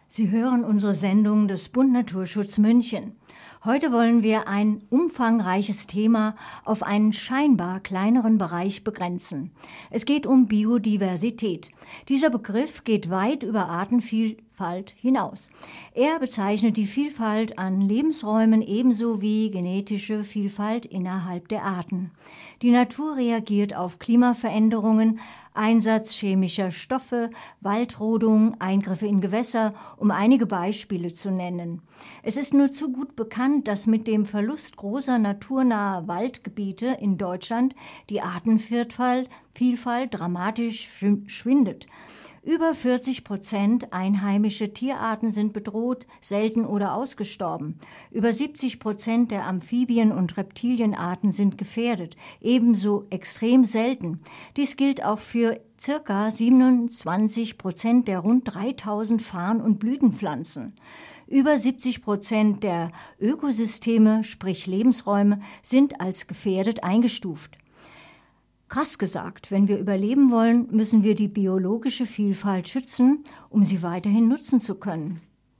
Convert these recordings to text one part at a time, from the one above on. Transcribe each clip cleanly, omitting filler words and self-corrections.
Sie hören unsere Sendung des Bund Naturschutz München. Heute wollen wir ein umfangreiches Thema auf einen scheinbar kleineren Bereich begrenzen. Es geht um Biodiversität. Dieser Begriff geht weit über Artenvielfalt hinaus. Er bezeichnet die Vielfalt an Lebensräumen ebenso wie genetische Vielfalt innerhalb der Arten. Die Natur reagiert auf Klimaveränderungen, Einsatz chemischer Stoffe, Waldrodung, Eingriffe in Gewässer, um einige Beispiele zu nennen. Es ist nur zu gut bekannt, dass mit dem Verlust großer naturnaher Waldgebiete in Deutschland die Artenvielfalt dramatisch schwindet. Über 40% einheimische Tierarten sind bedroht, selten oder ausgestorben. Über 70% der Amphibien- und Reptilienarten sind gefährdet, ebenso extrem selten. Dies gilt auch für ca. 27% der rund 3000 Farn- und Blütenpflanzen. Über 70% der Ökosysteme, sprich Lebensräume, sind als gefährdet eingestuft. Krass gesagt, wenn wir überleben wollen, müssen wir die biologische Vielfalt schützen, um sie weiterhin nutzen zu können.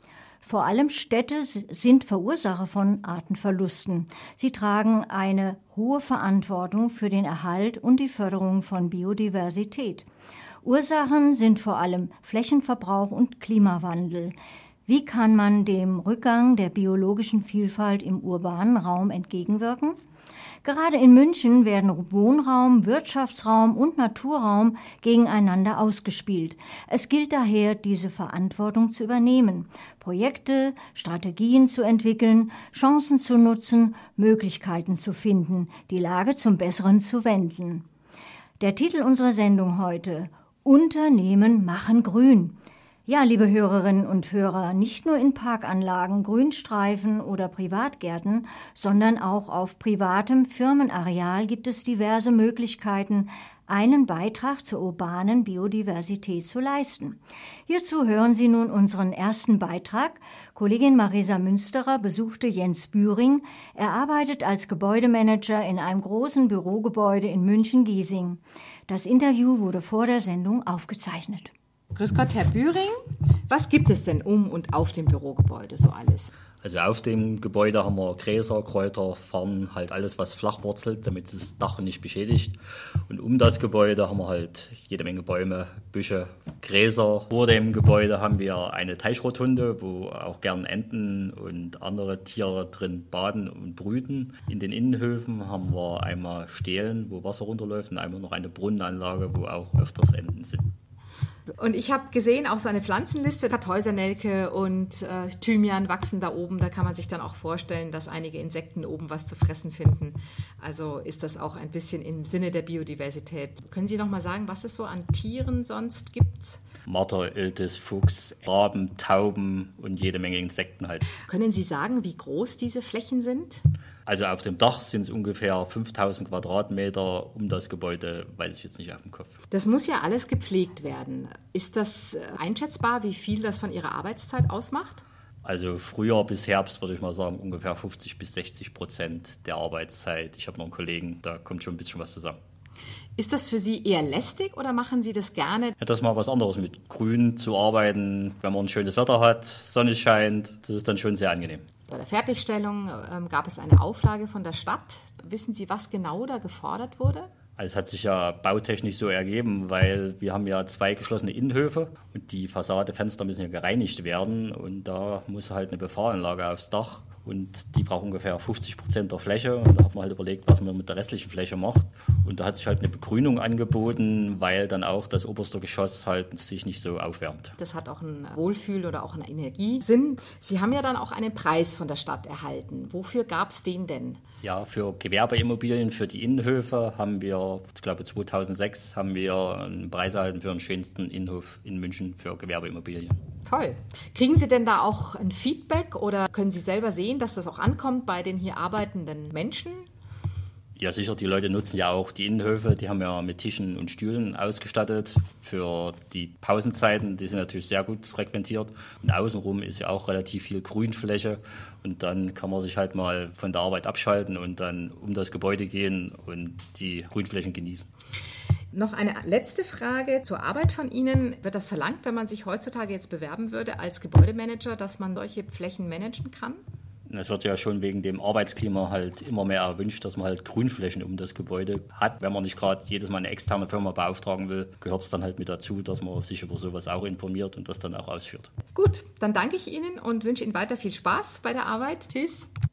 Vor allem Städte sind Verursacher von Artenverlusten. Sie tragen eine hohe Verantwortung für den Erhalt und die Förderung von Biodiversität. Ursachen sind vor allem Flächenverbrauch und Klimawandel. Wie kann man dem Rückgang der biologischen Vielfalt im urbanen Raum entgegenwirken? Gerade in München werden Wohnraum, Wirtschaftsraum und Naturraum gegeneinander ausgespielt. Es gilt daher, diese Verantwortung zu übernehmen, Projekte, Strategien zu entwickeln, Chancen zu nutzen, Möglichkeiten zu finden, die Lage zum Besseren zu wenden. Der Titel unserer Sendung heute: Unternehmen machen grün. Ja, liebe Hörerinnen und Hörer, nicht nur in Parkanlagen, Grünstreifen oder Privatgärten, sondern auch auf privatem Firmenareal gibt es diverse Möglichkeiten, einen Beitrag zur urbanen Biodiversität zu leisten. Hierzu hören Sie nun unseren ersten Beitrag. Kollegin Marisa Münsterer besuchte Jens Bühring. Er arbeitet als Gebäudemanager in einem großen Bürogebäude in München-Giesing. Das Interview wurde vor der Sendung aufgezeichnet. Grüß Gott, Herr Bühring. Was gibt es denn um und auf dem Bürogebäude so alles? Also auf dem Gebäude haben wir Gräser, Kräuter, Farn, halt alles, was flach wurzelt, damit es das Dach nicht beschädigt. Und um das Gebäude haben wir halt jede Menge Bäume, Büsche, Gräser. Vor dem Gebäude haben wir eine Teichrotunde, wo auch gern Enten und andere Tiere drin baden und brüten. In den Innenhöfen haben wir einmal Stelen, wo Wasser runterläuft, und einmal noch eine Brunnenanlage, wo auch öfters Enten sind. Und ich habe gesehen, auch so eine Pflanzenliste, Kartäusernelke und Thymian wachsen da oben. Da kann man sich dann auch vorstellen, dass einige Insekten oben was zu fressen finden. Also ist das auch ein bisschen im Sinne der Biodiversität. Können Sie noch mal sagen, was es so an Tieren sonst gibt? Marter, Iltis, Fuchs, Raben, Tauben und jede Menge Insekten halt. Können Sie sagen, wie groß diese Flächen sind? Also auf dem Dach sind es ungefähr 5000 Quadratmeter, um das Gebäude weiß ich jetzt nicht auf dem Kopf. Das muss ja alles gepflegt werden. Ist das einschätzbar, wie viel das von Ihrer Arbeitszeit ausmacht? Also Frühjahr bis Herbst würde ich mal sagen, ungefähr 50-60% der Arbeitszeit. Ich habe noch einen Kollegen, da kommt schon ein bisschen was zusammen. Ist das für Sie eher lästig oder machen Sie das gerne? Ja, das ist mal was anderes, mit Grün zu arbeiten, wenn man ein schönes Wetter hat, Sonne scheint, das ist dann schon sehr angenehm. Bei der Fertigstellung gab es eine Auflage von der Stadt. Wissen Sie, was genau da gefordert wurde? Also es hat sich ja bautechnisch so ergeben, weil wir haben ja 2 geschlossene Innenhöfe und die Fassade, Fenster müssen ja gereinigt werden und da muss halt eine Befahranlage aufs Dach und die braucht ungefähr 50% der Fläche und da hat man halt überlegt, was man mit der restlichen Fläche macht und da hat sich halt eine Begrünung angeboten, weil dann auch das oberste Geschoss halt sich nicht so aufwärmt. Das hat auch einen Wohlfühl- oder auch einen Energiesinn. Sie haben ja dann auch einen Preis von der Stadt erhalten. Wofür gab es den denn? Ja, für Gewerbeimmobilien, für die Innenhöfe haben wir, ich glaube 2006, haben wir einen Preis erhalten für den schönsten Innenhof in München für Gewerbeimmobilien. Toll. Kriegen Sie denn da auch ein Feedback oder können Sie selber sehen, dass das auch ankommt bei den hier arbeitenden Menschen? Ja, sicher, die Leute nutzen ja auch die Innenhöfe, die haben ja mit Tischen und Stühlen ausgestattet für die Pausenzeiten, die sind natürlich sehr gut frequentiert und außenrum ist ja auch relativ viel Grünfläche und dann kann man sich halt mal von der Arbeit abschalten und dann um das Gebäude gehen und die Grünflächen genießen. Noch eine letzte Frage zur Arbeit von Ihnen. Wird das verlangt, wenn man sich heutzutage jetzt bewerben würde als Gebäudemanager, dass man solche Flächen managen kann? Es wird ja schon wegen dem Arbeitsklima halt immer mehr erwünscht, dass man halt Grünflächen um das Gebäude hat. Wenn man nicht gerade jedes Mal eine externe Firma beauftragen will, gehört es dann halt mit dazu, dass man sich über sowas auch informiert und das dann auch ausführt. Gut, dann danke ich Ihnen und wünsche Ihnen weiter viel Spaß bei der Arbeit. Tschüss.